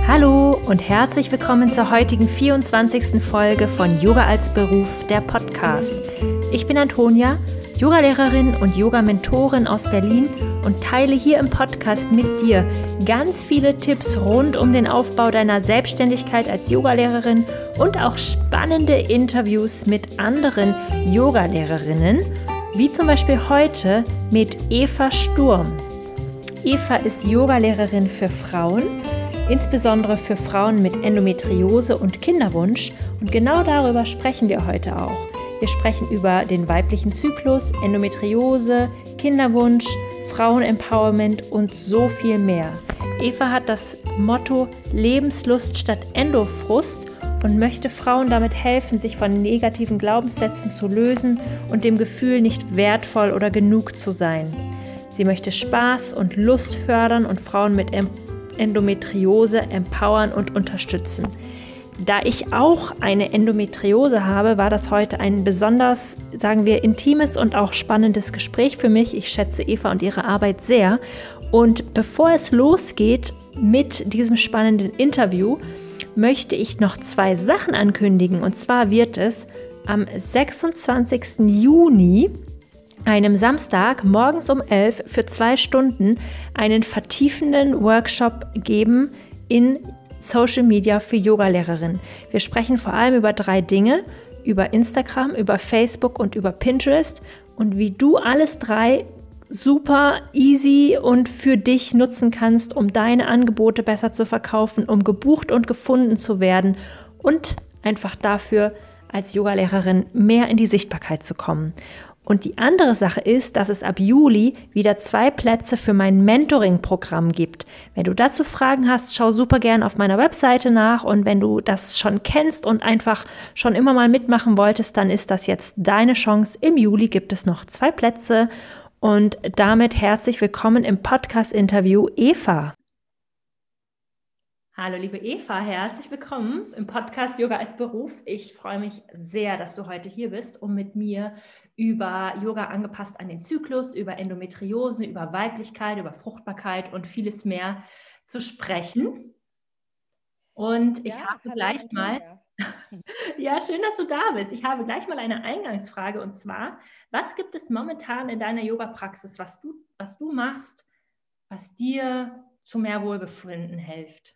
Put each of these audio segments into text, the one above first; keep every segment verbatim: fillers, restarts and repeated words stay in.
Hallo und herzlich willkommen zur heutigen vierundzwanzigsten Folge von Yoga als Beruf, der Podcast. Ich bin Antonia, Yogalehrerin und Yoga-Mentorin aus Berlin und teile hier im Podcast mit dir ganz viele Tipps rund um den Aufbau deiner Selbstständigkeit als Yogalehrerinnen und auch spannende Interviews mit anderen Yogalehrerinnen, wie zum Beispiel heute mit Eva Sturm. Eva ist Yogalehrerin für Frauen, insbesondere für Frauen mit Endometriose und Kinderwunsch, und genau darüber sprechen wir heute auch. Wir sprechen über den weiblichen Zyklus, Endometriose, Kinderwunsch, Frauenempowerment und so viel mehr. Eva hat das Motto Lebenslust statt Endofrust und möchte Frauen damit helfen, sich von negativen Glaubenssätzen zu lösen und dem Gefühl, nicht wertvoll oder genug zu sein. Sie möchte Spaß und Lust fördern und Frauen mit Endometriose empowern und unterstützen. Da ich auch eine Endometriose habe, war das heute ein besonders, sagen wir, intimes und auch spannendes Gespräch für mich. Ich schätze Eva und ihre Arbeit sehr. Und bevor es losgeht mit diesem spannenden Interview, möchte ich noch zwei Sachen ankündigen. Und zwar wird es am sechsundzwanzigsten Juni, einem Samstag, morgens um elf für zwei Stunden einen vertiefenden Workshop geben in Social Media für Yogalehrerinnen. Wir sprechen vor allem über drei Dinge: über Instagram, über Facebook und über Pinterest, und wie du alles drei super easy und für dich nutzen kannst, um deine Angebote besser zu verkaufen, um gebucht und gefunden zu werden und einfach dafür als Yogalehrerin mehr in die Sichtbarkeit zu kommen. Und die andere Sache ist, dass es ab Juli wieder zwei Plätze für mein Mentoring-Programm gibt. Wenn du dazu Fragen hast, schau super gern auf meiner Webseite nach, und wenn du das schon kennst und einfach schon immer mal mitmachen wolltest, dann ist das jetzt deine Chance. Im Juli gibt es noch zwei Plätze, und damit herzlich willkommen im Podcast-Interview Eva. Hallo liebe Eva, herzlich willkommen im Podcast Yoga als Beruf. Ich freue mich sehr, dass du heute hier bist, um mit mir über Yoga angepasst an den Zyklus, über Endometriose, über Weiblichkeit, über Fruchtbarkeit und vieles mehr zu sprechen. Und ich ja, habe hallo, gleich Antonia. mal, ja, schön, dass du da bist. Ich habe gleich mal eine Eingangsfrage, und zwar: Was gibt es momentan in deiner Yoga-Praxis, was du, was du machst, was dir zu mehr Wohlbefinden hilft?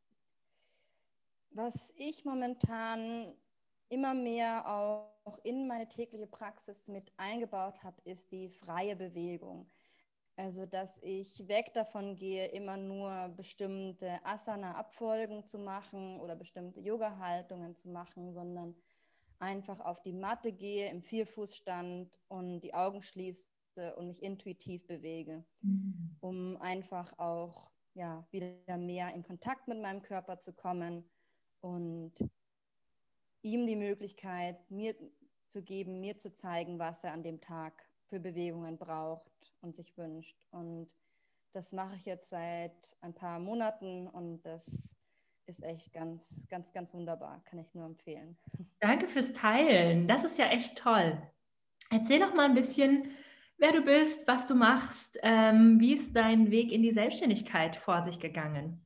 Was ich momentan immer mehr auch in meine tägliche Praxis mit eingebaut habe, ist die freie Bewegung. Also, dass ich weg davon gehe, immer nur bestimmte Asana-Abfolgen zu machen oder bestimmte Yoga-Haltungen zu machen, sondern einfach auf die Matte gehe im Vierfußstand und die Augen schließe und mich intuitiv bewege, Mhm. um einfach auch ja, wieder mehr in Kontakt mit meinem Körper zu kommen und ihm die Möglichkeit, mir zu geben, mir zu zeigen, was er an dem Tag für Bewegungen braucht und sich wünscht. Und das mache ich jetzt seit ein paar Monaten, und das ist echt ganz, ganz, ganz wunderbar. Kann ich nur empfehlen. Danke fürs Teilen. Das ist ja echt toll. Erzähl doch mal ein bisschen, wer du bist, was du machst. Ähm, wie ist dein Weg in die Selbstständigkeit vor sich gegangen?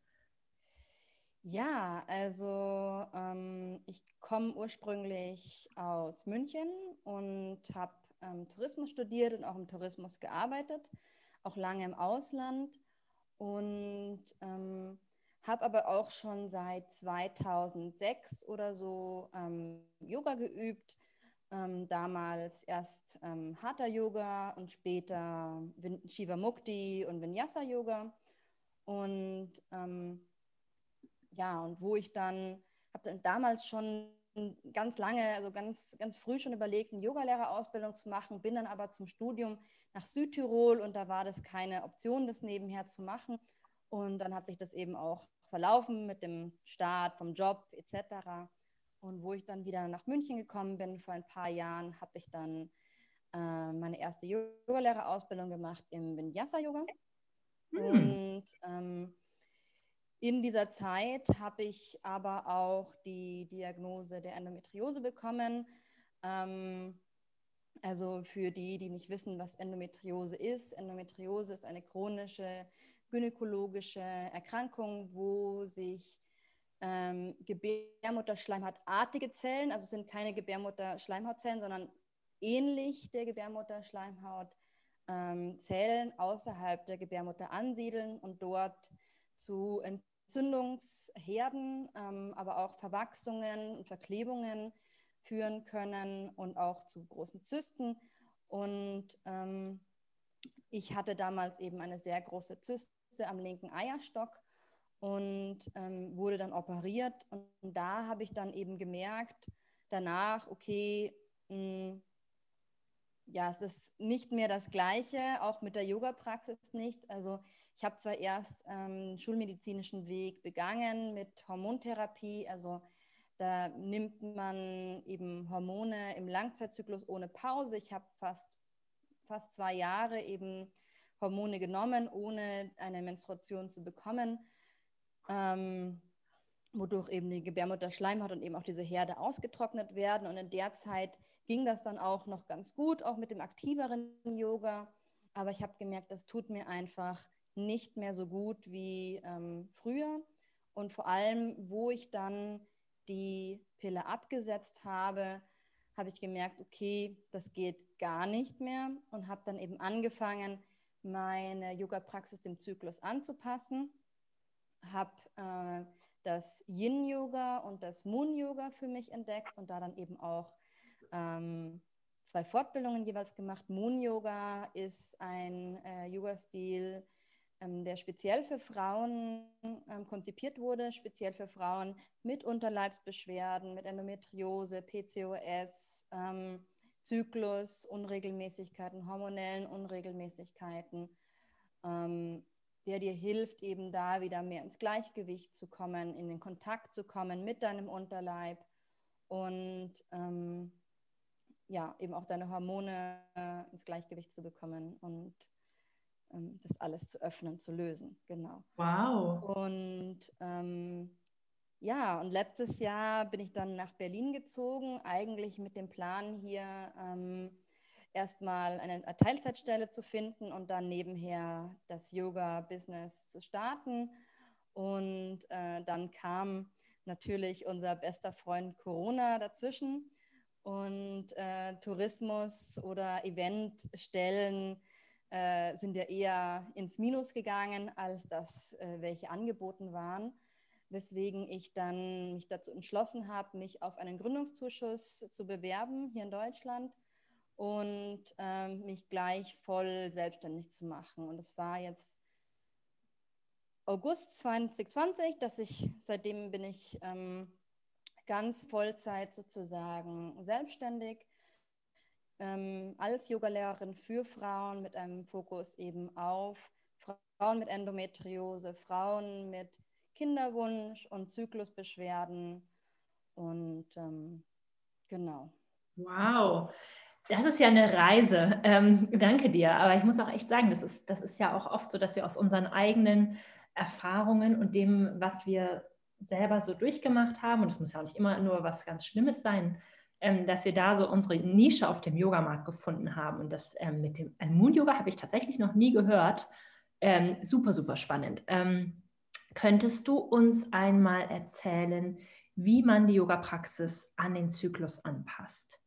Ja, also ähm, ich komme ursprünglich aus München und habe ähm, Tourismus studiert und auch im Tourismus gearbeitet, auch lange im Ausland, und ähm, habe aber auch schon seit zweitausendsechs oder so ähm, Yoga geübt. Ähm, damals erst ähm, Hatha Yoga und später Vin- Shiva Mukti und Vinyasa Yoga. Und ähm, ja, und wo ich dann, habe dann damals schon ganz lange, also ganz, ganz früh schon überlegt, eine Yogalehrerausbildung zu machen, bin dann aber zum Studium nach Südtirol, und da war das keine Option, das nebenher zu machen. Und dann hat sich das eben auch verlaufen mit dem Start vom Job et cetera. Und wo ich dann wieder nach München gekommen bin vor ein paar Jahren, habe ich dann äh, meine erste Yogalehrerausbildung gemacht im Vinyasa-Yoga. Hm. Und ähm, in dieser Zeit habe ich aber auch die Diagnose der Endometriose bekommen. Ähm, also für die, die nicht wissen, was Endometriose ist. Endometriose ist eine chronische gynäkologische Erkrankung, wo sich ähm, Gebärmutterschleimhautartige Zellen, also sind keine Gebärmutterschleimhautzellen, sondern ähnlich der Gebärmutterschleimhaut ähm, Zellen außerhalb der Gebärmutter ansiedeln und dort zu Entzündungsherden, ähm, aber auch Verwachsungen und Verklebungen führen können und auch zu großen Zysten. Und ähm, ich hatte damals eben eine sehr große Zyste am linken Eierstock und ähm, wurde dann operiert. Und da habe ich dann eben gemerkt, danach, okay, mh, ja, es ist nicht mehr das Gleiche, auch mit der Yoga-Praxis nicht. Also ich habe zwar erst ähm, schulmedizinischen Weg begangen mit Hormontherapie, also da nimmt man eben Hormone im Langzeitzyklus ohne Pause. Ich habe fast, fast zwei Jahre eben Hormone genommen, ohne eine Menstruation zu bekommen, ähm, wodurch eben die Gebärmutterschleimhaut und eben auch diese Herde ausgetrocknet werden. Und in der Zeit ging das dann auch noch ganz gut, auch mit dem aktiveren Yoga. Aber ich habe gemerkt, das tut mir einfach nicht mehr so gut wie ähm, früher. Und vor allem, wo ich dann die Pille abgesetzt habe, habe ich gemerkt, okay, das geht gar nicht mehr und habe dann eben angefangen, meine Yoga-Praxis dem Zyklus anzupassen, habe äh, das Yin-Yoga und das Moon-Yoga für mich entdeckt und da dann eben auch ähm, zwei Fortbildungen jeweils gemacht. Moon-Yoga ist ein äh, Yoga-Stil, ähm, der speziell für Frauen ähm, konzipiert wurde, speziell für Frauen mit Unterleibsbeschwerden, mit Endometriose, P C O S, ähm, Zyklus, Unregelmäßigkeiten, hormonellen Unregelmäßigkeiten, ähm, der dir hilft, eben da wieder mehr ins Gleichgewicht zu kommen, in den Kontakt zu kommen mit deinem Unterleib und ähm, ja, eben auch deine Hormone äh, ins Gleichgewicht zu bekommen und ähm, das alles zu öffnen, zu lösen. Genau. Wow. Und ähm, ja, und letztes Jahr bin ich dann nach Berlin gezogen, eigentlich mit dem Plan hier ähm, erstmal eine Teilzeitstelle zu finden und dann nebenher das Yoga-Business zu starten. Und äh, dann kam natürlich unser bester Freund Corona dazwischen und äh, Tourismus oder Eventstellen äh, sind ja eher ins Minus gegangen, als dass äh, welche angeboten waren, weswegen ich dann mich dazu entschlossen habe, mich auf einen Gründungszuschuss zu bewerben hier in Deutschland und ähm, mich gleich voll selbstständig zu machen. Und es war jetzt August zwanzig zwanzig, dass ich, seitdem bin ich ähm, ganz Vollzeit sozusagen selbstständig ähm, als Yogalehrerin für Frauen mit einem Fokus eben auf Frauen mit Endometriose, Frauen mit Kinderwunsch und Zyklusbeschwerden und ähm, genau. Wow. Das ist ja eine Reise. Ähm, danke dir. Aber ich muss auch echt sagen, das ist, das ist ja auch oft so, dass wir aus unseren eigenen Erfahrungen und dem, was wir selber so durchgemacht haben, und das muss ja auch nicht immer nur was ganz Schlimmes sein, ähm, dass wir da so unsere Nische auf dem Yogamarkt gefunden haben. Und das ähm, mit dem Moon-Yoga habe ich tatsächlich noch nie gehört. Ähm, super, super spannend. Ähm, könntest du uns einmal erzählen, wie man die Yoga-Praxis an den Zyklus anpasst?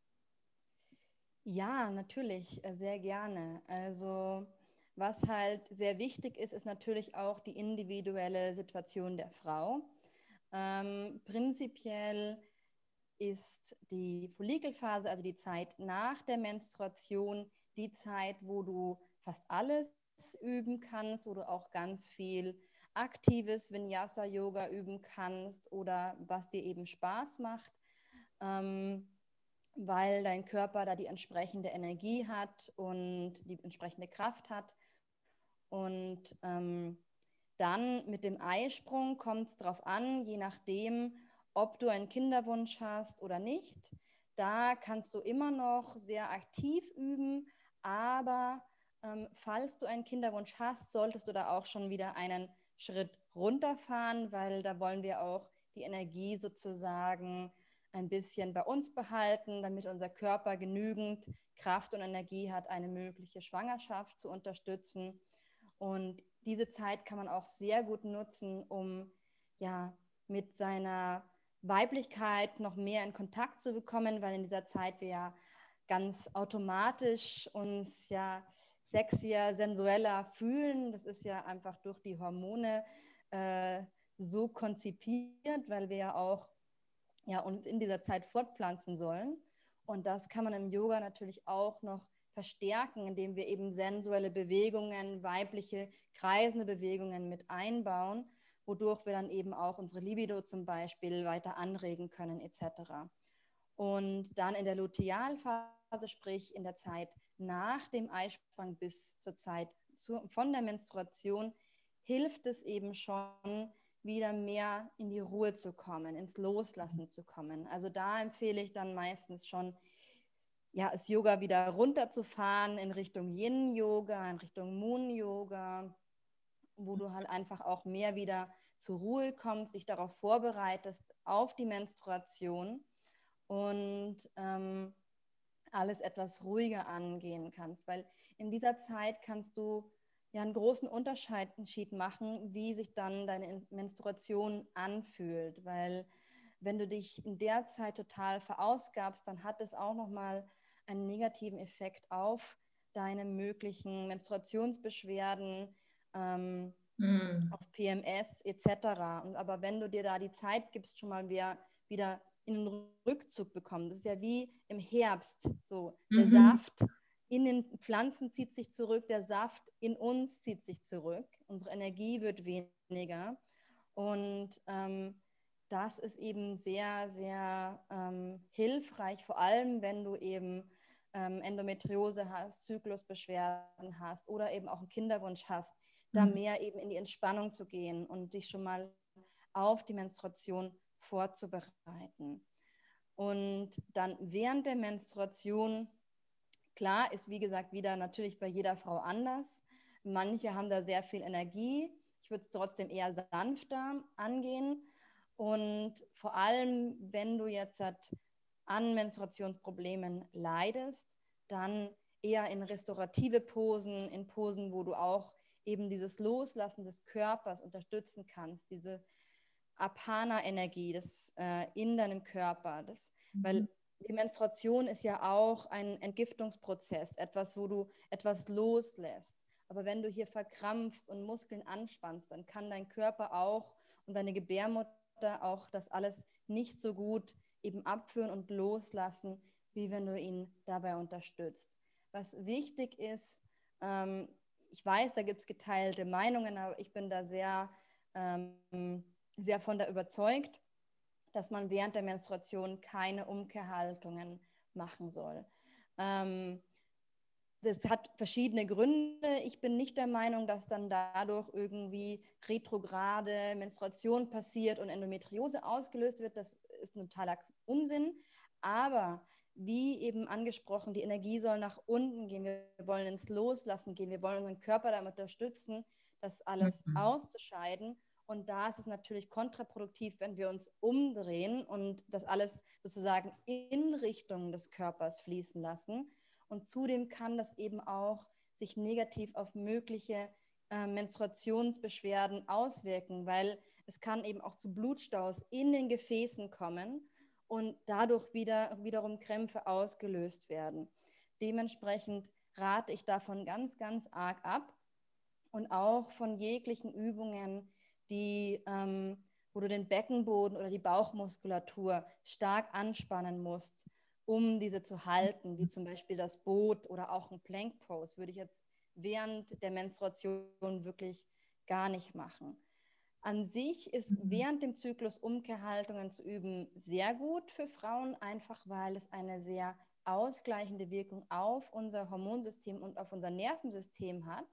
Ja, natürlich, äh, sehr gerne. Also was halt sehr wichtig ist, ist natürlich auch die individuelle Situation der Frau. Ähm, prinzipiell ist die Follikelphase, also die Zeit nach der Menstruation, die Zeit, wo du fast alles üben kannst, wo du auch ganz viel aktives Vinyasa-Yoga üben kannst oder was dir eben Spaß macht. Ähm, weil dein Körper da die entsprechende Energie hat und die entsprechende Kraft hat. Und ähm, dann mit dem Eisprung kommt es darauf an, je nachdem, ob du einen Kinderwunsch hast oder nicht. Da kannst du immer noch sehr aktiv üben, aber ähm, falls du einen Kinderwunsch hast, solltest du da auch schon wieder einen Schritt runterfahren, weil da wollen wir auch die Energie sozusagen ein bisschen bei uns behalten, damit unser Körper genügend Kraft und Energie hat, eine mögliche Schwangerschaft zu unterstützen. Und diese Zeit kann man auch sehr gut nutzen, um ja, mit seiner Weiblichkeit noch mehr in Kontakt zu bekommen, weil in dieser Zeit wir ja ganz automatisch uns ja sexier, sensueller fühlen. Das ist ja einfach durch die Hormone äh, so konzipiert, weil wir ja auch ja, uns in dieser Zeit fortpflanzen sollen. Und das kann man im Yoga natürlich auch noch verstärken, indem wir eben sensuelle Bewegungen, weibliche, kreisende Bewegungen mit einbauen, wodurch wir dann eben auch unsere Libido zum Beispiel weiter anregen können et cetera. Und dann in der Lutealphase, sprich in der Zeit nach dem Eisprung bis zur Zeit zu, von der Menstruation, hilft es eben schon, wieder mehr in die Ruhe zu kommen, ins Loslassen zu kommen. Also da empfehle ich dann meistens schon, ja, das Yoga wieder runterzufahren in Richtung Yin-Yoga, in Richtung Moon-Yoga, wo du halt einfach auch mehr wieder zur Ruhe kommst, dich darauf vorbereitest, auf die Menstruation und ähm, alles etwas ruhiger angehen kannst. Weil in dieser Zeit kannst du ja einen großen Unterschied machen, wie sich dann deine Menstruation anfühlt. Weil wenn du dich in der Zeit total verausgabst, dann hat es auch nochmal einen negativen Effekt auf deine möglichen Menstruationsbeschwerden, ähm, mm. auf P M S et cetera. Und aber wenn du dir da die Zeit gibst, schon mal wieder, wieder in den Rückzug bekommen, das ist ja wie im Herbst, so der mhm. Saft in den Pflanzen zieht sich zurück, der Saft in uns zieht sich zurück, unsere Energie wird weniger und ähm, das ist eben sehr, sehr ähm, hilfreich, vor allem wenn du eben ähm, Endometriose hast, Zyklusbeschwerden hast oder eben auch einen Kinderwunsch hast, da mhm. mehr eben in die Entspannung zu gehen und dich schon mal auf die Menstruation vorzubereiten. Und dann während der Menstruation, klar, ist wie gesagt wieder natürlich bei jeder Frau anders. Manche haben da sehr viel Energie. Ich würde es trotzdem eher sanfter angehen. Und vor allem, wenn du jetzt an Menstruationsproblemen leidest, dann eher in restaurative Posen, in Posen, wo du auch eben dieses Loslassen des Körpers unterstützen kannst, diese Apana-Energie das, äh, in deinem Körper. Das, mhm. Weil die Menstruation ist ja auch ein Entgiftungsprozess, etwas, wo du etwas loslässt. Aber wenn du hier verkrampfst und Muskeln anspannst, dann kann dein Körper auch und deine Gebärmutter auch das alles nicht so gut eben abführen und loslassen, wie wenn du ihn dabei unterstützt. Was wichtig ist, ähm, ich weiß, da gibt es geteilte Meinungen, aber ich bin da sehr, ähm, sehr von der überzeugt, dass man während der Menstruation keine Umkehrhaltungen machen soll. Ähm, das hat verschiedene Gründe. Ich bin nicht der Meinung, dass dann dadurch irgendwie retrograde Menstruation passiert und Endometriose ausgelöst wird. Das ist ein totaler Unsinn. Aber wie eben angesprochen, die Energie soll nach unten gehen. Wir wollen ins Loslassen gehen. Wir wollen unseren Körper damit unterstützen, das alles mhm. auszuscheiden. Und da ist es natürlich kontraproduktiv, wenn wir uns umdrehen und das alles sozusagen in Richtung des Körpers fließen lassen. Und zudem kann das eben auch sich negativ auf mögliche äh, Menstruationsbeschwerden auswirken, weil es kann eben auch zu Blutstaus in den Gefäßen kommen und dadurch wieder, wiederum Krämpfe ausgelöst werden. Dementsprechend rate ich davon ganz, ganz arg ab und auch von jeglichen Übungen, die, ähm, wo du den Beckenboden oder die Bauchmuskulatur stark anspannen musst, um diese zu halten, wie zum Beispiel das Boot oder auch ein Plank Pose, würde ich jetzt während der Menstruation wirklich gar nicht machen. An sich ist während dem Zyklus Umkehrhaltungen zu üben sehr gut für Frauen, einfach weil es eine sehr ausgleichende Wirkung auf unser Hormonsystem und auf unser Nervensystem hat.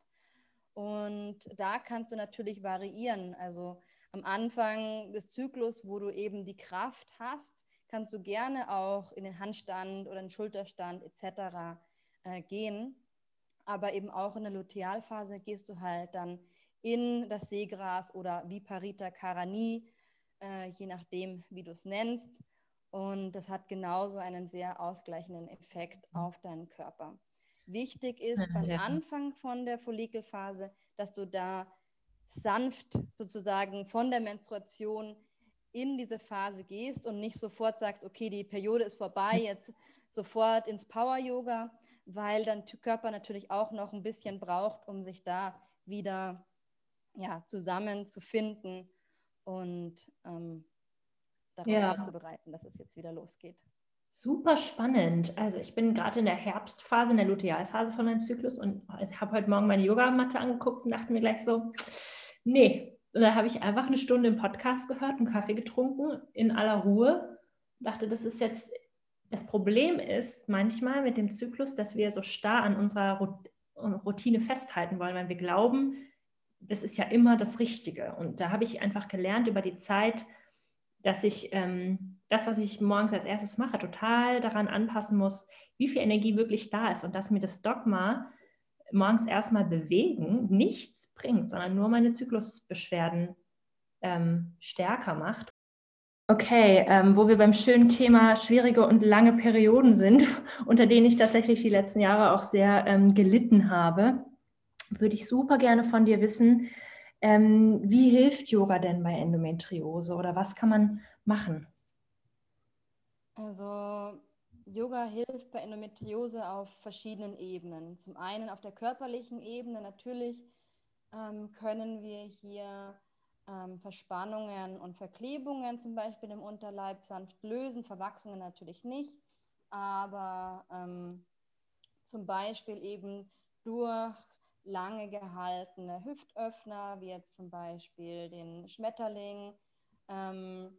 Und da kannst du natürlich variieren. Also am Anfang des Zyklus, wo du eben die Kraft hast, kannst du gerne auch in den Handstand oder den Schulterstand et cetera äh, gehen. Aber eben auch in der Lutealphase gehst du halt dann in das Seegras oder Viparita Karani, äh, je nachdem, wie du es nennst. Und das hat genauso einen sehr ausgleichenden Effekt auf deinen Körper. Wichtig ist ja, beim ja. Anfang von der Follikelphase, dass du da sanft sozusagen von der Menstruation in diese Phase gehst und nicht sofort sagst, okay, die Periode ist vorbei, jetzt sofort ins Power-Yoga, weil dein Körper natürlich auch noch ein bisschen braucht, um sich da wieder ja, zusammenzufinden und ähm, darauf Ja, vorzubereiten, dass es jetzt wieder losgeht. super spannend. Also ich bin gerade in der Herbstphase, in der Lutealphase von meinem Zyklus und ich habe heute Morgen meine Yogamatte angeguckt und dachte mir gleich so, nee. Und da habe ich einfach eine Stunde im Podcast gehört, einen Kaffee getrunken, in aller Ruhe. Und dachte, das ist jetzt, das Problem ist manchmal mit dem Zyklus, dass wir so starr an unserer Routine festhalten wollen, weil wir glauben, das ist ja immer das Richtige. Und da habe ich einfach gelernt über die Zeit, dass ich ähm, das, was ich morgens als erstes mache, total daran anpassen muss, wie viel Energie wirklich da ist und dass mir das Dogma morgens erstmal bewegen nichts bringt, sondern nur meine Zyklusbeschwerden ähm, stärker macht. Okay, ähm, wo wir beim schönen Thema schwierige und lange Perioden sind, unter denen ich tatsächlich die letzten Jahre auch sehr ähm, gelitten habe, würde ich super gerne von dir wissen, ähm, wie hilft Yoga denn bei Endometriose oder was kann man machen? Also Yoga hilft bei Endometriose auf verschiedenen Ebenen. Zum einen auf der körperlichen Ebene natürlich ähm, können wir hier ähm, Verspannungen und Verklebungen zum Beispiel im Unterleib sanft lösen, Verwachsungen natürlich nicht, aber ähm, zum Beispiel eben durch lange gehaltene Hüftöffner, wie jetzt zum Beispiel den Schmetterling. Ähm,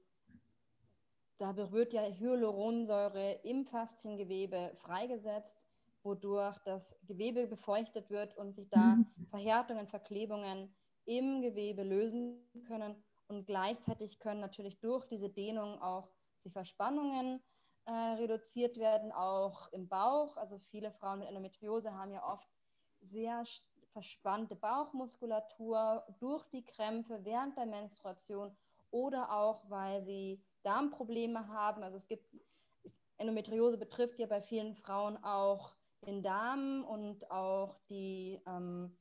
Dadurch wird ja Hyaluronsäure im Fasziengewebe freigesetzt, wodurch das Gewebe befeuchtet wird und sich da Verhärtungen, Verklebungen im Gewebe lösen können. Und gleichzeitig können natürlich durch diese Dehnung auch die Verspannungen äh, reduziert werden, auch im Bauch. Also viele Frauen mit Endometriose haben ja oft sehr verspannte Bauchmuskulatur durch die Krämpfe während der Menstruation oder auch, weil sie Darmprobleme haben. Also es gibt, Endometriose betrifft ja bei vielen Frauen auch den Darm und auch die, ähm,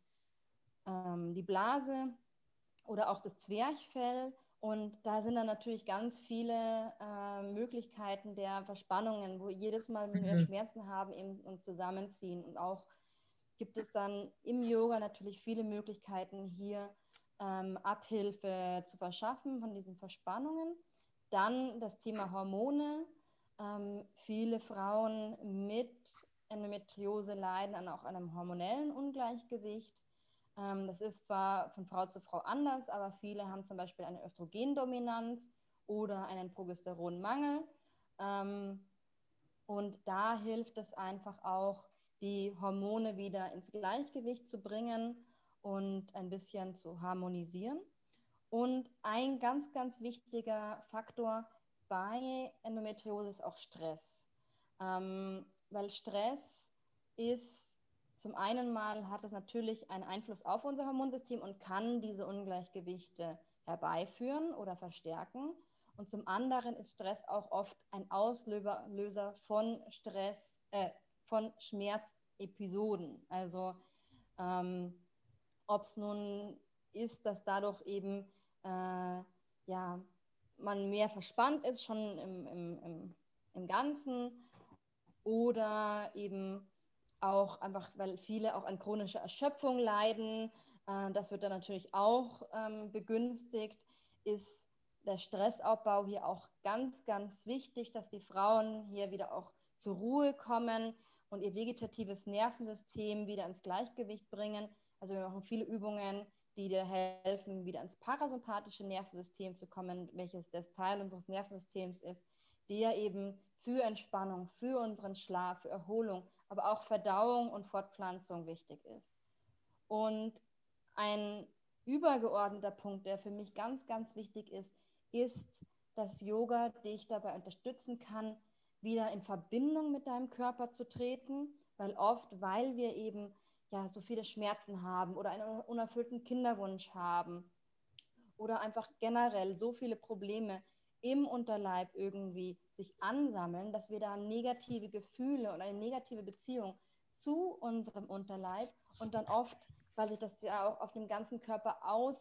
ähm, die Blase oder auch das Zwerchfell. Und da sind dann natürlich ganz viele äh, Möglichkeiten der Verspannungen, wo jedes Mal, wenn wir Mhm. Schmerzen haben, eben uns zusammenziehen. Und auch gibt es dann im Yoga natürlich viele Möglichkeiten, hier ähm, Abhilfe zu verschaffen von diesen Verspannungen. Dann das Thema Hormone. Ähm, viele Frauen mit Endometriose leiden an auch einem hormonellen Ungleichgewicht. Ähm, das ist zwar von Frau zu Frau anders, aber viele haben zum Beispiel eine Östrogendominanz oder einen Progesteronmangel. Ähm, und da hilft es einfach auch, die Hormone wieder ins Gleichgewicht zu bringen und ein bisschen zu harmonisieren. Und ein ganz, ganz wichtiger Faktor bei Endometriose ist auch Stress. Ähm, weil Stress ist, zum einen mal hat es natürlich einen Einfluss auf unser Hormonsystem und kann diese Ungleichgewichte herbeiführen oder verstärken. Und zum anderen ist Stress auch oft ein Auslöser von Stress, äh, von Schmerzepisoden. Also ähm, ob es nun ist, dass dadurch eben äh, ja, man mehr verspannt ist, schon im, im, im, im Ganzen oder eben auch einfach, weil viele auch an chronischer Erschöpfung leiden. Äh, das wird dann natürlich auch ähm, begünstigt, ist der Stressabbau hier auch ganz, ganz wichtig, dass die Frauen hier wieder auch zur Ruhe kommen und ihr vegetatives Nervensystem wieder ins Gleichgewicht bringen. Also wir machen viele Übungen, die dir helfen, wieder ins parasympathische Nervensystem zu kommen, welches das Teil unseres Nervensystems ist, der eben für Entspannung, für unseren Schlaf, für Erholung, aber auch Verdauung und Fortpflanzung wichtig ist. Und ein übergeordneter Punkt, der für mich ganz, ganz wichtig ist, ist, dass Yoga dich dabei unterstützen kann, wieder in Verbindung mit deinem Körper zu treten, weil oft, weil wir eben ja so viele Schmerzen haben oder einen unerfüllten Kinderwunsch haben oder einfach generell so viele Probleme im Unterleib irgendwie sich ansammeln, dass wir da negative Gefühle und eine negative Beziehung zu unserem Unterleib und dann oft, weil sich das ja auch auf dem ganzen Körper auswirkt,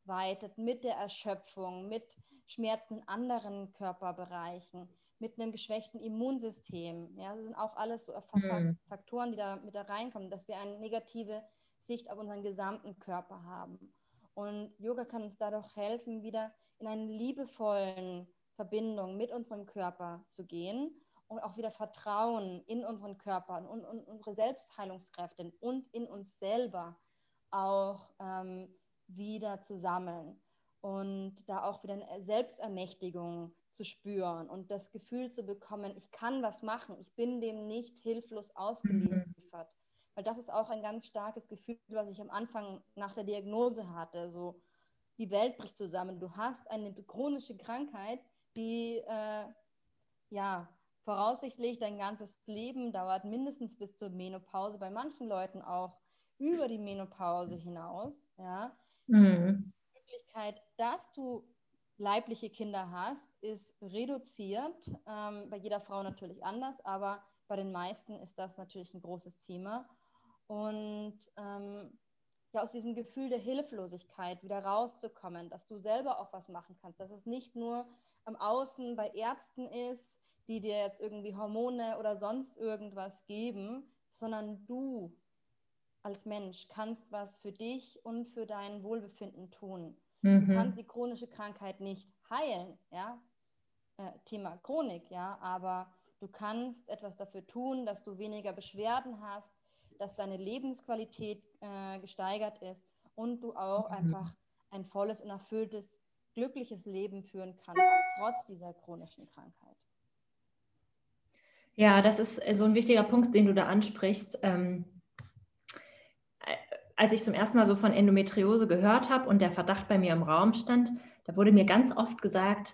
weitet mit der Erschöpfung, mit Schmerzen in anderen Körperbereichen, mit einem geschwächten Immunsystem. Ja, das sind auch alles so Mhm. Faktoren, die da mit da reinkommen, dass wir eine negative Sicht auf unseren gesamten Körper haben. Und Yoga kann uns dadurch helfen, wieder in eine liebevollen Verbindung mit unserem Körper zu gehen und auch wieder Vertrauen in unseren Körper und, und unsere Selbstheilungskräfte und in uns selber auch ähm, wieder zu sammeln und da auch wieder eine Selbstermächtigung zu spüren und das Gefühl zu bekommen, ich kann was machen, ich bin dem nicht hilflos ausgeliefert. Weil das ist auch ein ganz starkes Gefühl, was ich am Anfang nach der Diagnose hatte. So, die Welt bricht zusammen. Du hast eine chronische Krankheit, die äh, ja voraussichtlich dein ganzes Leben dauert, mindestens bis zur Menopause, bei manchen Leuten auch über die Menopause hinaus. Ja. Mhm. Die Möglichkeit, dass du leibliche Kinder hast, ist reduziert. Ähm, bei jeder Frau natürlich anders, aber bei den meisten ist das natürlich ein großes Thema. Und ähm, ja, aus diesem Gefühl der Hilflosigkeit wieder rauszukommen, dass du selber auch was machen kannst, dass es nicht nur am Außen bei Ärzten ist, die dir jetzt irgendwie Hormone oder sonst irgendwas geben, sondern du als Mensch kannst was für dich und für dein Wohlbefinden tun. Du kannst Mhm. die chronische Krankheit nicht heilen, ja, äh, Thema Chronik, ja, aber du kannst etwas dafür tun, dass du weniger Beschwerden hast, dass deine Lebensqualität äh, gesteigert ist und du auch Mhm. einfach ein volles und erfülltes, glückliches Leben führen kannst, trotz dieser chronischen Krankheit. Ja, das ist so ein wichtiger Punkt, den du da ansprichst. Ähm, als ich zum ersten Mal so von Endometriose gehört habe und der Verdacht bei mir im Raum stand, da wurde mir ganz oft gesagt,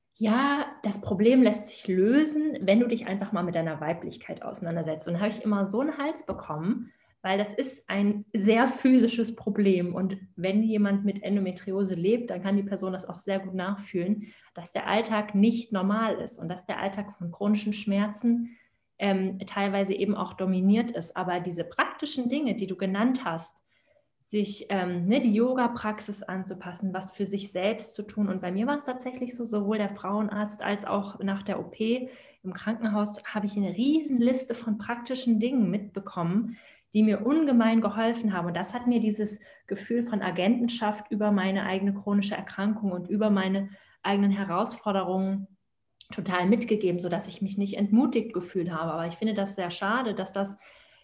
ja, das Problem lässt sich lösen, wenn du dich einfach mal mit deiner Weiblichkeit auseinandersetzt. Und da habe ich immer so einen Hals bekommen, weil das ist ein sehr physisches Problem. Und wenn jemand mit Endometriose lebt, dann kann die Person das auch sehr gut nachfühlen, dass der Alltag nicht normal ist und dass der Alltag von chronischen Schmerzen ähm, teilweise eben auch dominiert ist. Aber diese praktischen Dinge, die du genannt hast, sich ähm, ne, die Yoga-Praxis anzupassen, was für sich selbst zu tun. Und bei mir war es tatsächlich so, sowohl der Frauenarzt als auch nach der O P im Krankenhaus habe ich eine riesen Liste von praktischen Dingen mitbekommen, die mir ungemein geholfen haben. Und das hat mir dieses Gefühl von Agentenschaft über meine eigene chronische Erkrankung und über meine eigenen Herausforderungen total mitgegeben, sodass ich mich nicht entmutigt gefühlt habe. Aber ich finde das sehr schade, dass das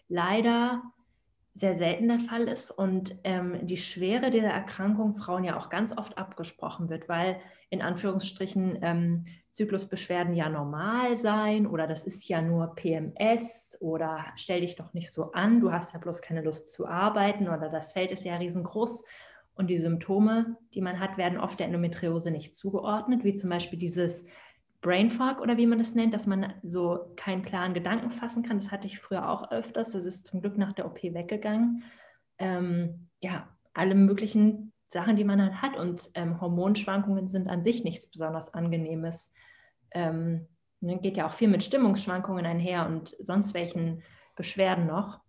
leider sehr selten der Fall ist und ähm, die Schwere dieser Erkrankung Frauen ja auch ganz oft abgesprochen wird, weil in Anführungsstrichen ähm, Zyklusbeschwerden ja normal sein oder das ist ja nur P M S oder stell dich doch nicht so an, du hast ja bloß keine Lust zu arbeiten oder das Feld ist ja riesengroß und die Symptome, die man hat, werden oft der Endometriose nicht zugeordnet, wie zum Beispiel dieses Brain Fog oder wie man das nennt, dass man so keinen klaren Gedanken fassen kann. Das hatte ich früher auch öfters. Das ist zum Glück nach der O P weggegangen. Ähm, ja, alle möglichen Sachen, die man halt hat. Und ähm, Hormonschwankungen sind an sich nichts besonders Angenehmes. Ähm, ne, geht ja auch viel mit Stimmungsschwankungen einher und sonst welchen Beschwerden noch.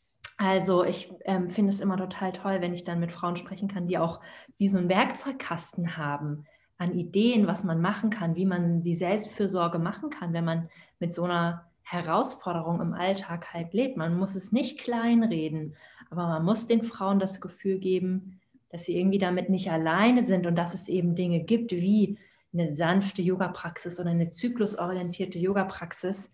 Also ich ähm, finde es immer total toll, wenn ich dann mit Frauen sprechen kann, die auch wie so einen Werkzeugkasten haben an Ideen, was man machen kann, wie man die Selbstfürsorge machen kann, wenn man mit so einer Herausforderung im Alltag halt lebt. Man muss es nicht kleinreden, aber man muss den Frauen das Gefühl geben, dass sie irgendwie damit nicht alleine sind und dass es eben Dinge gibt wie eine sanfte Yoga-Praxis oder eine zyklusorientierte Yoga-Praxis.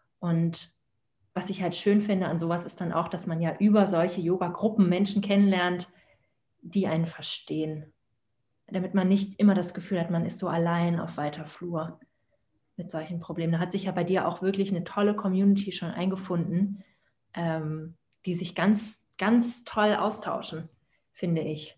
Und was ich halt schön finde an sowas ist dann auch, dass man ja über solche Yoga-Gruppen Menschen kennenlernt, die einen verstehen, damit man nicht immer das Gefühl hat, man ist so allein auf weiter Flur mit solchen Problemen. Da hat sich ja bei dir auch wirklich eine tolle Community schon eingefunden, ähm, die sich ganz, ganz toll austauschen, finde ich.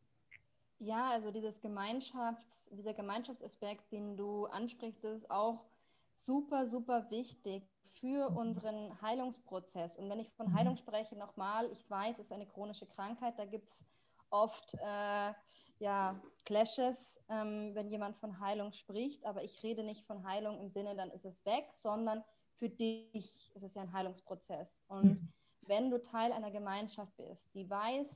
Ja, also dieses Gemeinschafts-, dieser Gemeinschaftsaspekt, den du ansprichst, das ist auch super, super wichtig für unseren Heilungsprozess. Und wenn ich von Heilung spreche, nochmal, ich weiß, es ist eine chronische Krankheit, da gibt es oft äh, ja, Clashes, ähm, wenn jemand von Heilung spricht, aber ich rede nicht von Heilung im Sinne, dann ist es weg, sondern für dich ist es ja ein Heilungsprozess. Und wenn du Teil einer Gemeinschaft bist, die weiß,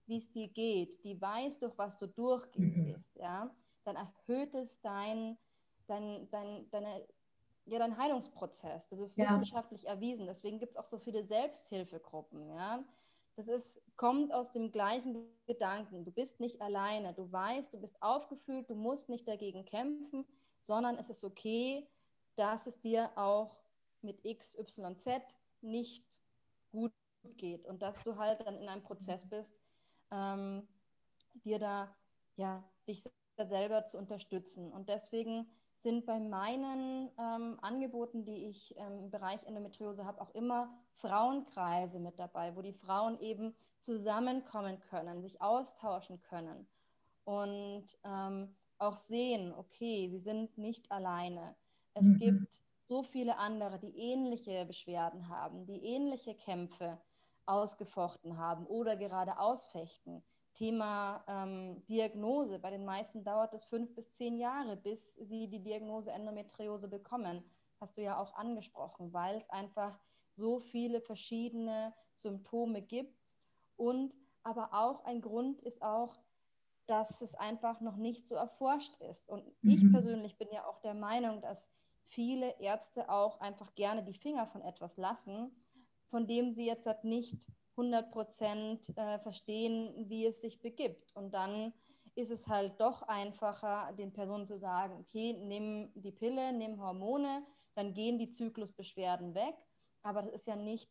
wie es dir geht, die weiß, durch was du durchgehst, mhm. ja, dann erhöht es dein, dein, dein, deine, ja, dein Heilungsprozess. Das ist ja. wissenschaftlich erwiesen. Deswegen gibt es auch so viele Selbsthilfegruppen. Ja. Das ist, kommt aus dem gleichen Gedanken. Du bist nicht alleine. Du weißt, du bist aufgefühlt, du musst nicht dagegen kämpfen, sondern es ist okay, dass es dir auch mit X Y Z nicht gut geht und dass du halt dann in einem Prozess bist, ähm, dir da, ja, dich selber zu unterstützen. Und deswegen sind bei meinen ähm, Angeboten, die ich ähm, im Bereich Endometriose habe, auch immer Frauenkreise mit dabei, wo die Frauen eben zusammenkommen können, sich austauschen können und ähm, auch sehen, okay, sie sind nicht alleine. Es mhm. gibt so viele andere, die ähnliche Beschwerden haben, die ähnliche Kämpfe ausgefochten haben oder gerade ausfechten. Thema ähm, Diagnose. Bei den meisten dauert es fünf bis zehn Jahre, bis sie die Diagnose Endometriose bekommen. Hast du ja auch angesprochen, weil es einfach so viele verschiedene Symptome gibt. Und aber auch ein Grund ist auch, dass es einfach noch nicht so erforscht ist. Und mhm. ich persönlich bin ja auch der Meinung, dass viele Ärzte auch einfach gerne die Finger von etwas lassen, von dem sie jetzt halt nicht hundert Prozent äh, verstehen, wie es sich begibt. Und dann ist es halt doch einfacher, den Personen zu sagen, okay, nimm die Pille, nimm Hormone, dann gehen die Zyklusbeschwerden weg. Aber das ist ja nicht,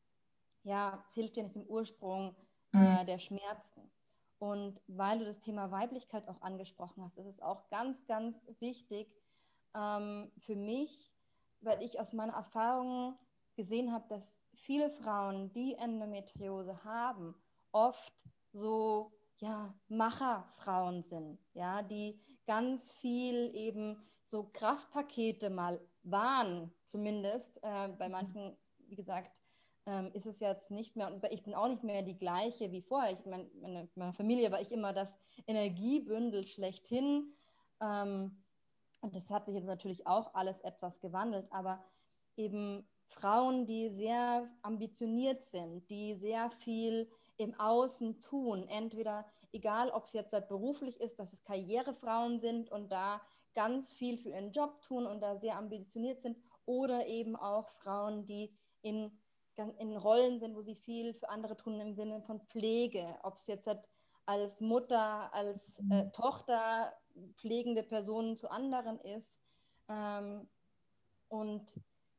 ja, es hilft ja nicht im Ursprung äh, der Schmerzen. Und weil du das Thema Weiblichkeit auch angesprochen hast, ist es auch ganz, ganz wichtig ähm, für mich, weil ich aus meiner Erfahrung gesehen habe, dass viele Frauen, die Endometriose haben, oft so, ja, Macherfrauen sind, ja, die ganz viel eben so Kraftpakete mal waren, zumindest. Äh, bei manchen, wie gesagt, ähm, ist es jetzt nicht mehr, und ich bin auch nicht mehr die gleiche wie vorher. Ich mein, meine, meiner Familie war ich immer das Energiebündel schlechthin. Ähm, und das hat sich jetzt natürlich auch alles etwas gewandelt, aber eben Frauen, die sehr ambitioniert sind, die sehr viel im Außen tun, entweder, egal ob es jetzt halt beruflich ist, dass es Karrierefrauen sind und da ganz viel für ihren Job tun und da sehr ambitioniert sind, oder eben auch Frauen, die in, in Rollen sind, wo sie viel für andere tun im Sinne von Pflege, ob es jetzt halt als Mutter, als äh, Tochter pflegende Personen zu anderen ist. Ähm, und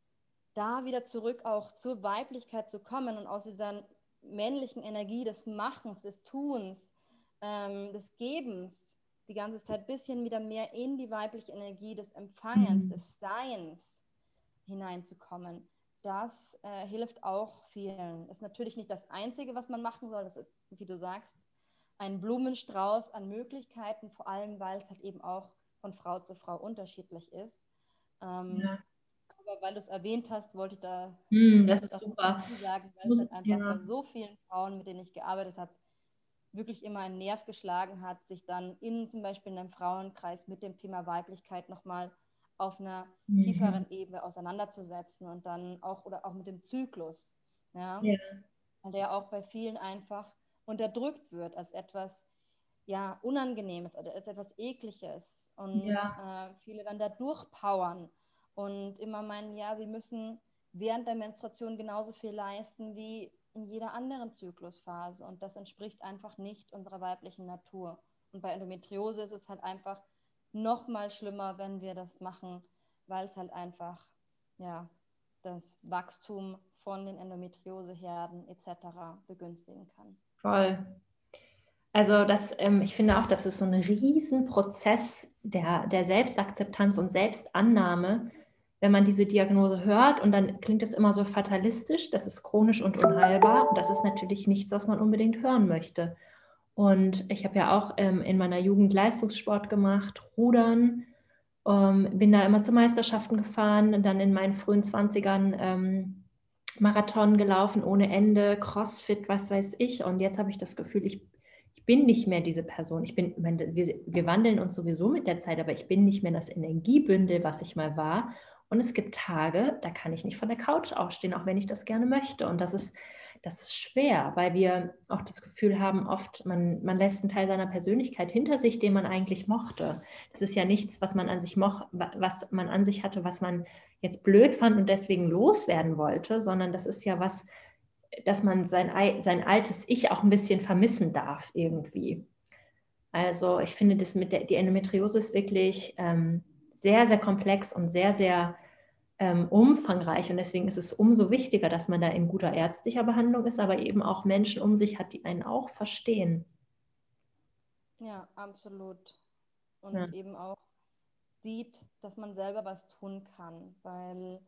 da wieder zurück auch zur Weiblichkeit zu kommen und aus dieser männlichen Energie des Machens, des Tuns, ähm, des Gebens, die ganze Zeit ein bisschen wieder mehr in die weibliche Energie des Empfangens, mhm. des Seins hineinzukommen. Das äh, hilft auch vielen. Das ist natürlich nicht das Einzige, was man machen soll. Das ist, wie du sagst, ein Blumenstrauß an Möglichkeiten, vor allem, weil es halt eben auch von Frau zu Frau unterschiedlich ist. Ähm, ja. Aber weil du es erwähnt hast, wollte ich da mm, das ist super. sagen, weil es halt einfach ja. bei so vielen Frauen, mit denen ich gearbeitet habe, wirklich immer einen Nerv geschlagen hat, sich dann in zum Beispiel in einem Frauenkreis mit dem Thema Weiblichkeit nochmal auf einer mhm. tieferen Ebene auseinanderzusetzen und dann auch, oder auch mit dem Zyklus, ja, ja. weil der auch bei vielen einfach unterdrückt wird als etwas, ja, Unangenehmes, als etwas Ekliges und ja. äh, viele dann da durchpowern und immer meinen, ja, sie müssen während der Menstruation genauso viel leisten wie in jeder anderen Zyklusphase und das entspricht einfach nicht unserer weiblichen Natur. Und bei Endometriose ist es halt einfach noch mal schlimmer, wenn wir das machen, weil es halt einfach, ja, das Wachstum von den Endometrioseherden et cetera begünstigen kann. Voll. Also das, ähm, ich finde auch, das ist so ein Riesenprozess der, der Selbstakzeptanz und Selbstannahme, wenn man diese Diagnose hört und dann klingt es immer so fatalistisch, das ist chronisch und unheilbar und das ist natürlich nichts, was man unbedingt hören möchte. Und ich habe ja auch ähm, in meiner Jugend Leistungssport gemacht, Rudern, ähm, bin da immer zu Meisterschaften gefahren und dann in meinen frühen Zwanzigern ähm, Marathon gelaufen ohne Ende, Crossfit, was weiß ich. Und jetzt habe ich das Gefühl, ich, ich bin nicht mehr diese Person. Ich bin, meine, wir, wir wandeln uns sowieso mit der Zeit, aber ich bin nicht mehr das Energiebündel, was ich mal war. Und es gibt Tage, da kann ich nicht von der Couch aufstehen, auch wenn ich das gerne möchte. Und das ist, das ist schwer, weil wir auch das Gefühl haben, oft, man, man lässt einen Teil seiner Persönlichkeit hinter sich, den man eigentlich mochte. Das ist ja nichts, was man an sich moch, was man an sich hatte, was man jetzt blöd fand und deswegen loswerden wollte, sondern das ist ja was, dass man sein, sein altes Ich auch ein bisschen vermissen darf irgendwie. Also ich finde, das mit der, die Endometriose ist wirklich ähm, sehr, sehr komplex und sehr, sehr ähm, umfangreich. Und deswegen ist es umso wichtiger, dass man da in guter ärztlicher Behandlung ist, aber eben auch Menschen um sich hat, die einen auch verstehen. Ja, absolut. Ja. Und eben auch sieht, dass man selber was tun kann, weil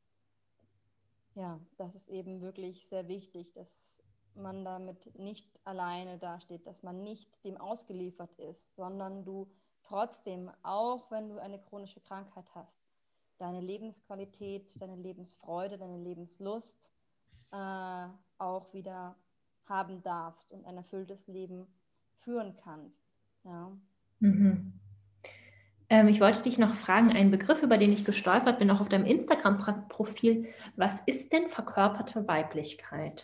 ja, das ist eben wirklich sehr wichtig, dass man damit nicht alleine dasteht, dass man nicht dem ausgeliefert ist, sondern du trotzdem, auch wenn du eine chronische Krankheit hast, deine Lebensqualität, deine Lebensfreude, deine Lebenslust äh, auch wieder haben darfst und ein erfülltes Leben führen kannst. Ja. Mhm. Ähm, ich wollte dich noch fragen, einen Begriff, über den ich gestolpert bin, auch auf deinem Instagram-Profil. Was ist denn verkörperte Weiblichkeit?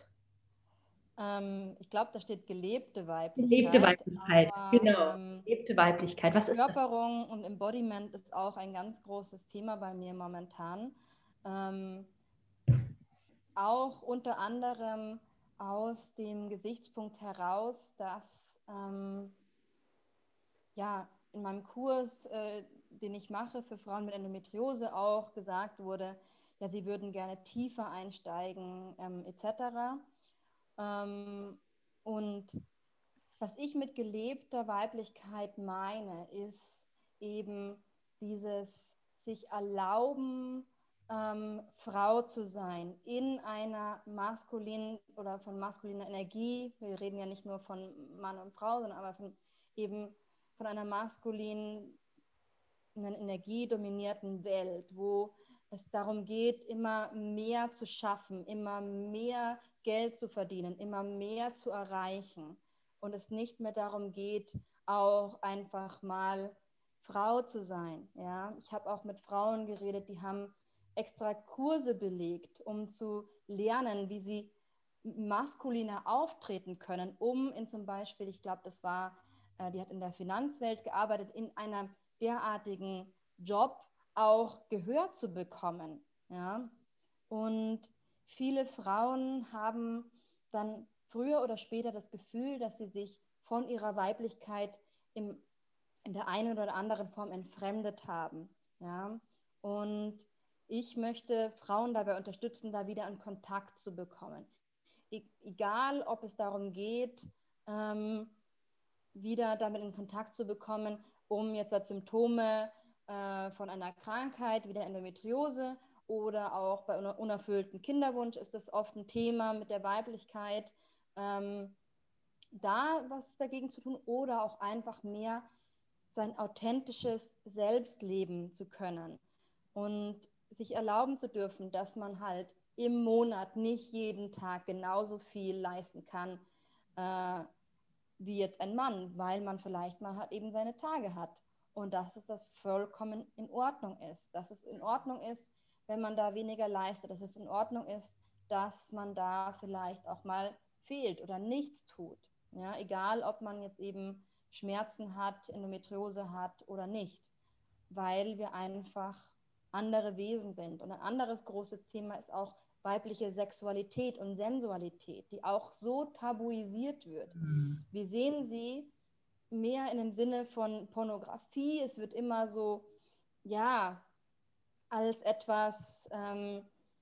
Ähm, ich glaube, da steht gelebte Gelebte Weiblichkeit, Weiblichkeit, aber genau. ähm, Gelebte Weiblichkeit, was ist das? Verkörperung und Embodiment ist auch ein ganz großes Thema bei mir momentan. Ähm, auch unter anderem aus dem Gesichtspunkt heraus, dass ähm, ja, in meinem Kurs, äh, den ich mache für Frauen mit Endometriose, auch gesagt wurde, ja, sie würden gerne tiefer einsteigen, ähm, et cetera. Ähm, und was ich mit gelebter Weiblichkeit meine, ist eben dieses sich erlauben, ähm, Frau zu sein in einer maskulinen oder von maskuliner Energie. Wir reden ja nicht nur von Mann und Frau, sondern aber von, eben von einer maskulinen, energiedominierten Welt, wo es darum geht, immer mehr zu schaffen, immer mehr Geld zu verdienen, immer mehr zu erreichen. Und es nicht mehr darum geht, auch einfach mal Frau zu sein. Ja? Ich habe auch mit Frauen geredet, die haben extra Kurse belegt, um zu lernen, wie sie maskuliner auftreten können, um in zum Beispiel, ich glaube, das war, äh, die hat in der Finanzwelt gearbeitet, in einer derartigen Job auch Gehör zu bekommen. Ja? Und viele Frauen haben dann früher oder später das Gefühl, dass sie sich von ihrer Weiblichkeit im, in der einen oder anderen Form entfremdet haben. Ja? Und ich möchte Frauen dabei unterstützen, da wieder einen Kontakt zu bekommen. E- egal, ob es darum geht, ähm, wieder damit in Kontakt zu bekommen, um jetzt Symptome äh, von einer Krankheit wie der Endometriose oder auch bei unerfüllten Kinderwunsch ist das oft ein Thema mit der Weiblichkeit, ähm, da was dagegen zu tun oder auch einfach mehr sein authentisches Selbst leben zu können und sich erlauben zu dürfen, dass man halt im Monat nicht jeden Tag genauso viel leisten kann, äh, wie jetzt ein Mann, weil man vielleicht mal halt eben seine Tage hat. Und dass es das vollkommen in Ordnung ist. Dass es in Ordnung ist, wenn man da weniger leistet. Dass es in Ordnung ist, dass man da vielleicht auch mal fehlt oder nichts tut. Ja, egal, ob man jetzt eben Schmerzen hat, Endometriose hat oder nicht. Weil wir einfach andere Wesen sind. Und ein anderes großes Thema ist auch weibliche Sexualität und Sensualität, die auch so tabuisiert wird. Wir sehen sie mehr in dem Sinne von Pornografie. Es wird immer so, ja, als etwas ähm,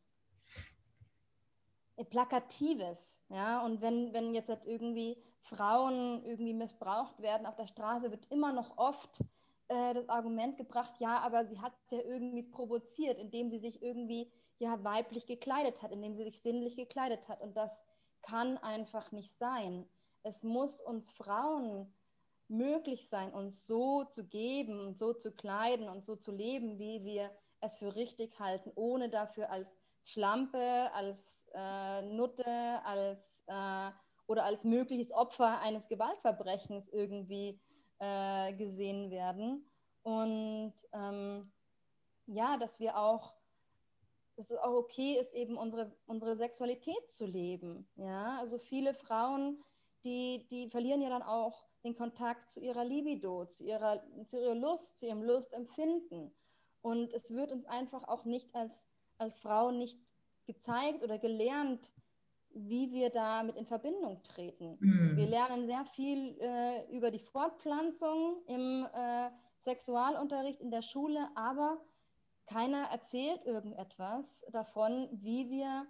Plakatives. Ja? Und wenn, wenn jetzt halt irgendwie Frauen irgendwie missbraucht werden auf der Straße, wird immer noch oft äh, das Argument gebracht, ja, aber sie hat es ja irgendwie provoziert, indem sie sich irgendwie ja weiblich gekleidet hat, indem sie sich sinnlich gekleidet hat. Und das kann einfach nicht sein. Es muss uns Frauen möglich sein, uns so zu geben und so zu kleiden und so zu leben, wie wir es für richtig halten, ohne dafür als Schlampe, als äh, Nutte, als äh, oder als mögliches Opfer eines Gewaltverbrechens irgendwie äh, gesehen werden. Und ähm, ja, dass wir auch dass es auch okay ist, eben unsere, unsere Sexualität zu leben. Ja? Also viele Frauen, die, die verlieren ja dann auch den Kontakt zu ihrer Libido, zu ihrer, zu ihrer Lust, zu ihrem Lustempfinden. Und es wird uns einfach auch nicht als, als Frauen nicht gezeigt oder gelernt, wie wir damit in Verbindung treten. Mhm. Wir lernen sehr viel äh, über die Fortpflanzung im äh, Sexualunterricht in der Schule, aber keiner erzählt irgendetwas davon, wie wir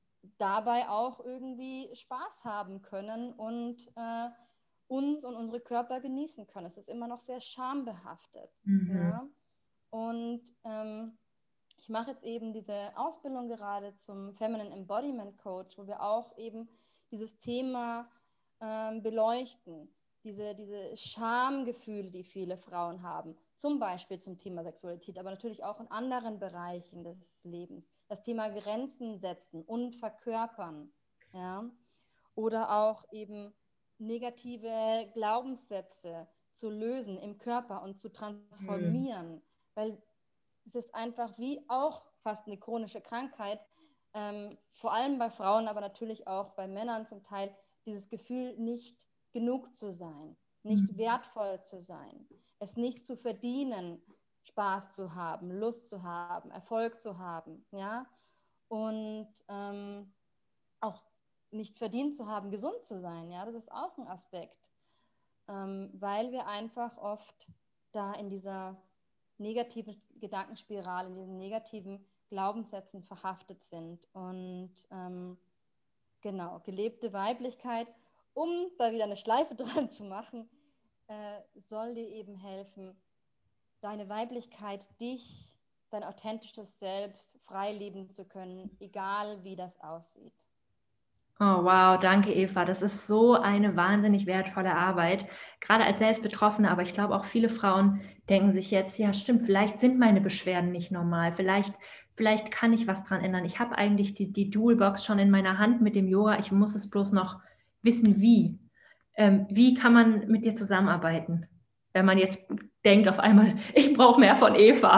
dabei auch irgendwie Spaß haben können und äh, uns und unsere Körper genießen können. Es ist immer noch sehr schambehaftet. Mhm. Ja? Und ähm, ich mache jetzt eben diese Ausbildung gerade zum Feminine Embodiment Coach, wo wir auch eben dieses Thema ähm, beleuchten, diese, diese Schamgefühle, die viele Frauen haben, zum Beispiel zum Thema Sexualität, aber natürlich auch in anderen Bereichen des Lebens. Das Thema Grenzen setzen und verkörpern, ja? Oder auch eben negative Glaubenssätze zu lösen im Körper und zu transformieren, weil es ist einfach wie auch fast eine chronische Krankheit, ähm, vor allem bei Frauen, aber natürlich auch bei Männern zum Teil, dieses Gefühl, nicht genug zu sein, nicht wertvoll zu sein, es nicht zu verdienen, Spaß zu haben, Lust zu haben, Erfolg zu haben, ja, und ähm, auch nicht verdient zu haben, gesund zu sein, ja, das ist auch ein Aspekt, ähm, weil wir einfach oft da in dieser negativen Gedankenspirale, in diesen negativen Glaubenssätzen verhaftet sind. Und ähm, genau, gelebte Weiblichkeit, um da wieder eine Schleife dran zu machen, äh, soll dir eben helfen, deine Weiblichkeit, dich, dein authentisches Selbst frei leben zu können, egal wie das aussieht. Oh, wow, danke Eva. Das ist so eine wahnsinnig wertvolle Arbeit, gerade als Selbstbetroffene, aber ich glaube auch viele Frauen denken sich jetzt, ja stimmt, vielleicht sind meine Beschwerden nicht normal, vielleicht, vielleicht kann ich was dran ändern. Ich habe eigentlich die, die Dualbox schon in meiner Hand mit dem Yoga, ich muss es bloß noch wissen, wie. Ähm, wie kann man mit dir zusammenarbeiten, wenn man jetzt denkt auf einmal, ich brauche mehr von Eva?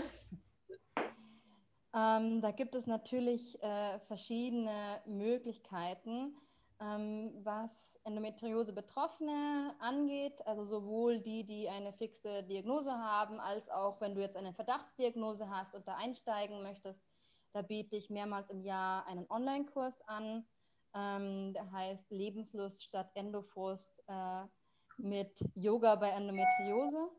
Ähm, da gibt es natürlich äh, verschiedene Möglichkeiten, ähm, was Endometriose-Betroffene angeht, also sowohl die, die eine fixe Diagnose haben, als auch wenn du jetzt eine Verdachtsdiagnose hast und da einsteigen möchtest. Da biete ich mehrmals im Jahr einen Online-Kurs an, ähm, der heißt Lebenslust statt Endofrust äh, mit Yoga bei Endometriose.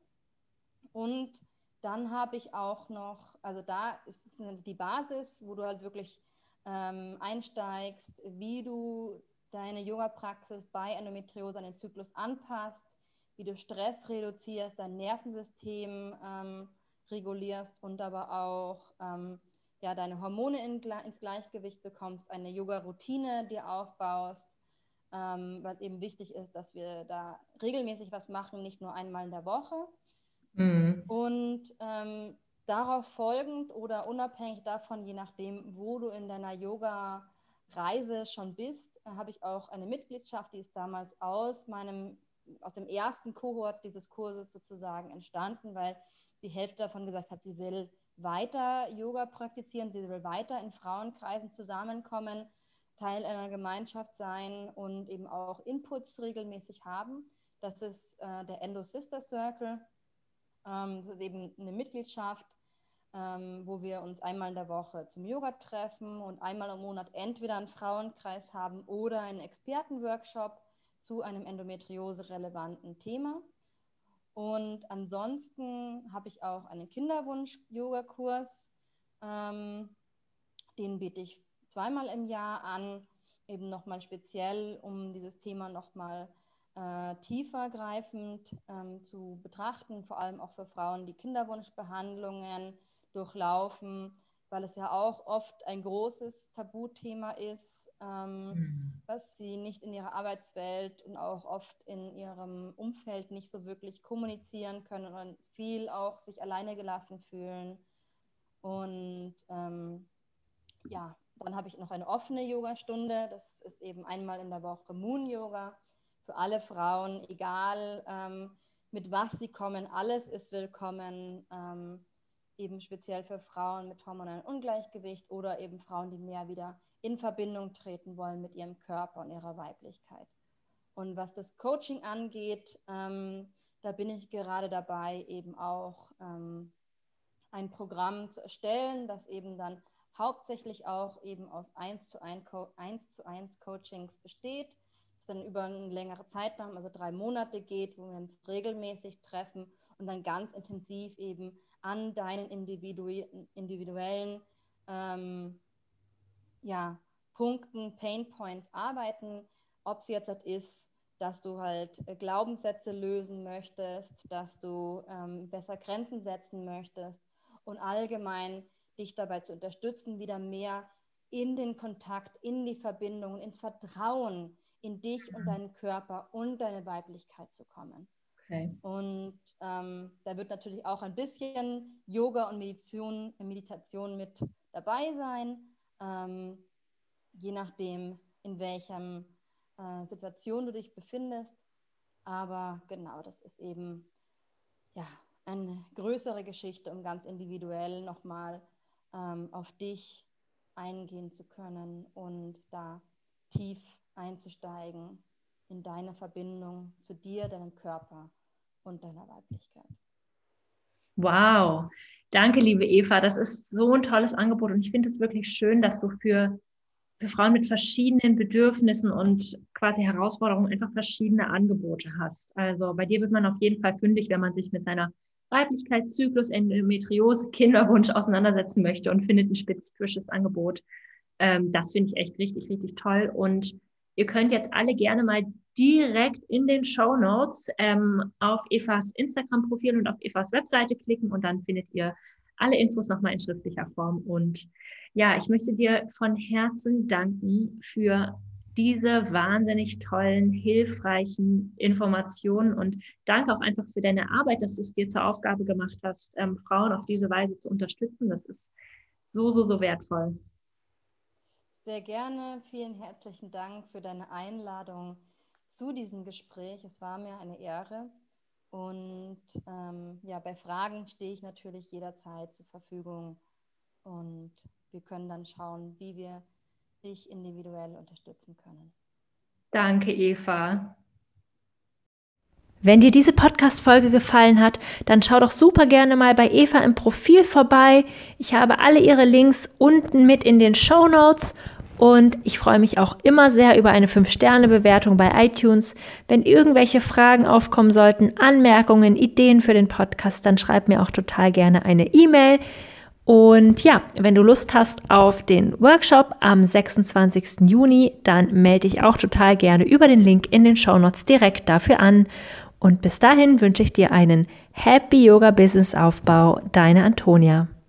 Und dann habe ich auch noch, also da ist die Basis, wo du halt wirklich ähm, einsteigst, wie du deine Yoga-Praxis bei Endometriose an den Zyklus anpasst, wie du Stress reduzierst, dein Nervensystem ähm, regulierst und aber auch ähm, ja, deine Hormone in, ins Gleichgewicht bekommst, eine Yoga-Routine dir aufbaust, ähm, weil es eben wichtig ist, dass wir da regelmäßig was machen, nicht nur einmal in der Woche. Mhm. Und ähm, darauf folgend oder unabhängig davon, je nachdem, wo du in deiner Yoga-Reise schon bist, äh, habe ich auch eine Mitgliedschaft, die ist damals aus meinem, aus dem ersten Kohort dieses Kurses sozusagen entstanden, weil die Hälfte davon gesagt hat, sie will weiter Yoga praktizieren, sie will weiter in Frauenkreisen zusammenkommen, Teil einer Gemeinschaft sein und eben auch Inputs regelmäßig haben. Das ist äh, der Endo Sister Circle. Das ist eben eine Mitgliedschaft, wo wir uns einmal in der Woche zum Yoga treffen und einmal im Monat entweder einen Frauenkreis haben oder einen Expertenworkshop zu einem endometriose-relevanten Thema. Und ansonsten habe ich auch einen Kinderwunsch-Yoga-Kurs, den biete ich zweimal im Jahr an, eben nochmal speziell, um dieses Thema nochmal Äh, tiefergreifend ähm, zu betrachten, vor allem auch für Frauen, die Kinderwunschbehandlungen durchlaufen, weil es ja auch oft ein großes Tabuthema ist, ähm, Mhm. was sie nicht in ihrer Arbeitswelt und auch oft in ihrem Umfeld nicht so wirklich kommunizieren können und viel auch sich alleine gelassen fühlen. Und ähm, ja, dann habe ich noch eine offene Yogastunde, das ist eben einmal in der Woche Moon Yoga. Für alle Frauen, egal ähm, mit was sie kommen, alles ist willkommen. Ähm, eben speziell für Frauen mit hormonellem Ungleichgewicht oder eben Frauen, die mehr wieder in Verbindung treten wollen mit ihrem Körper und ihrer Weiblichkeit. Und was das Coaching angeht, ähm, da bin ich gerade dabei, eben auch ähm, ein Programm zu erstellen, das eben dann hauptsächlich auch eben aus eins zu eins Coachings besteht, das dann über einen längeren Zeitraum, also drei Monate geht, wo wir uns regelmäßig treffen und dann ganz intensiv eben an deinen individu- individuellen ähm, ja, Punkten, Pain Points arbeiten, ob es jetzt halt ist, dass du halt Glaubenssätze lösen möchtest, dass du ähm, besser Grenzen setzen möchtest und allgemein dich dabei zu unterstützen, wieder mehr in den Kontakt, in die Verbindung, ins Vertrauen in dich und deinen Körper und deine Weiblichkeit zu kommen. Okay. Und ähm, da wird natürlich auch ein bisschen Yoga und Meditation, Meditation mit dabei sein, ähm, je nachdem, in welcher äh, Situation du dich befindest. Aber genau, das ist eben ja, eine größere Geschichte, um ganz individuell nochmal ähm, auf dich eingehen zu können und da tief einzusteigen in deine Verbindung zu dir, deinem Körper und deiner Weiblichkeit. Wow, danke, liebe Eva. Das ist so ein tolles Angebot und ich finde es wirklich schön, dass du für, für Frauen mit verschiedenen Bedürfnissen und quasi Herausforderungen einfach verschiedene Angebote hast. Also bei dir wird man auf jeden Fall fündig, wenn man sich mit seiner Weiblichkeit, Zyklus, Endometriose, Kinderwunsch auseinandersetzen möchte und findet ein spezifisches Angebot. Ähm, das finde ich echt richtig, richtig toll. Und ihr könnt jetzt alle gerne mal direkt in den Shownotes ähm, auf Evas Instagram-Profil und auf Evas Webseite klicken und dann findet ihr alle Infos nochmal in schriftlicher Form. Und ja, ich möchte dir von Herzen danken für diese wahnsinnig tollen, hilfreichen Informationen und danke auch einfach für deine Arbeit, dass du es dir zur Aufgabe gemacht hast, ähm, Frauen auf diese Weise zu unterstützen. Das ist so, so, so wertvoll. Sehr gerne. Vielen herzlichen Dank für deine Einladung zu diesem Gespräch. Es war mir eine Ehre. Und ähm, ja, bei Fragen stehe ich natürlich jederzeit zur Verfügung. Und wir können dann schauen, wie wir dich individuell unterstützen können. Danke, Eva. Wenn dir diese Podcast-Folge gefallen hat, dann schau doch super gerne mal bei Eva im Profil vorbei. Ich habe alle ihre Links unten mit in den Shownotes und ich freue mich auch immer sehr über eine fünf Sterne Bewertung bei iTunes. Wenn irgendwelche Fragen aufkommen sollten, Anmerkungen, Ideen für den Podcast, dann schreib mir auch total gerne eine E-Mail. Und ja, wenn du Lust hast auf den Workshop am sechsundzwanzigsten Juni, dann melde dich auch total gerne über den Link in den Shownotes direkt dafür an. Und bis dahin wünsche ich dir einen Happy Yoga Business Aufbau. Deine Antonia.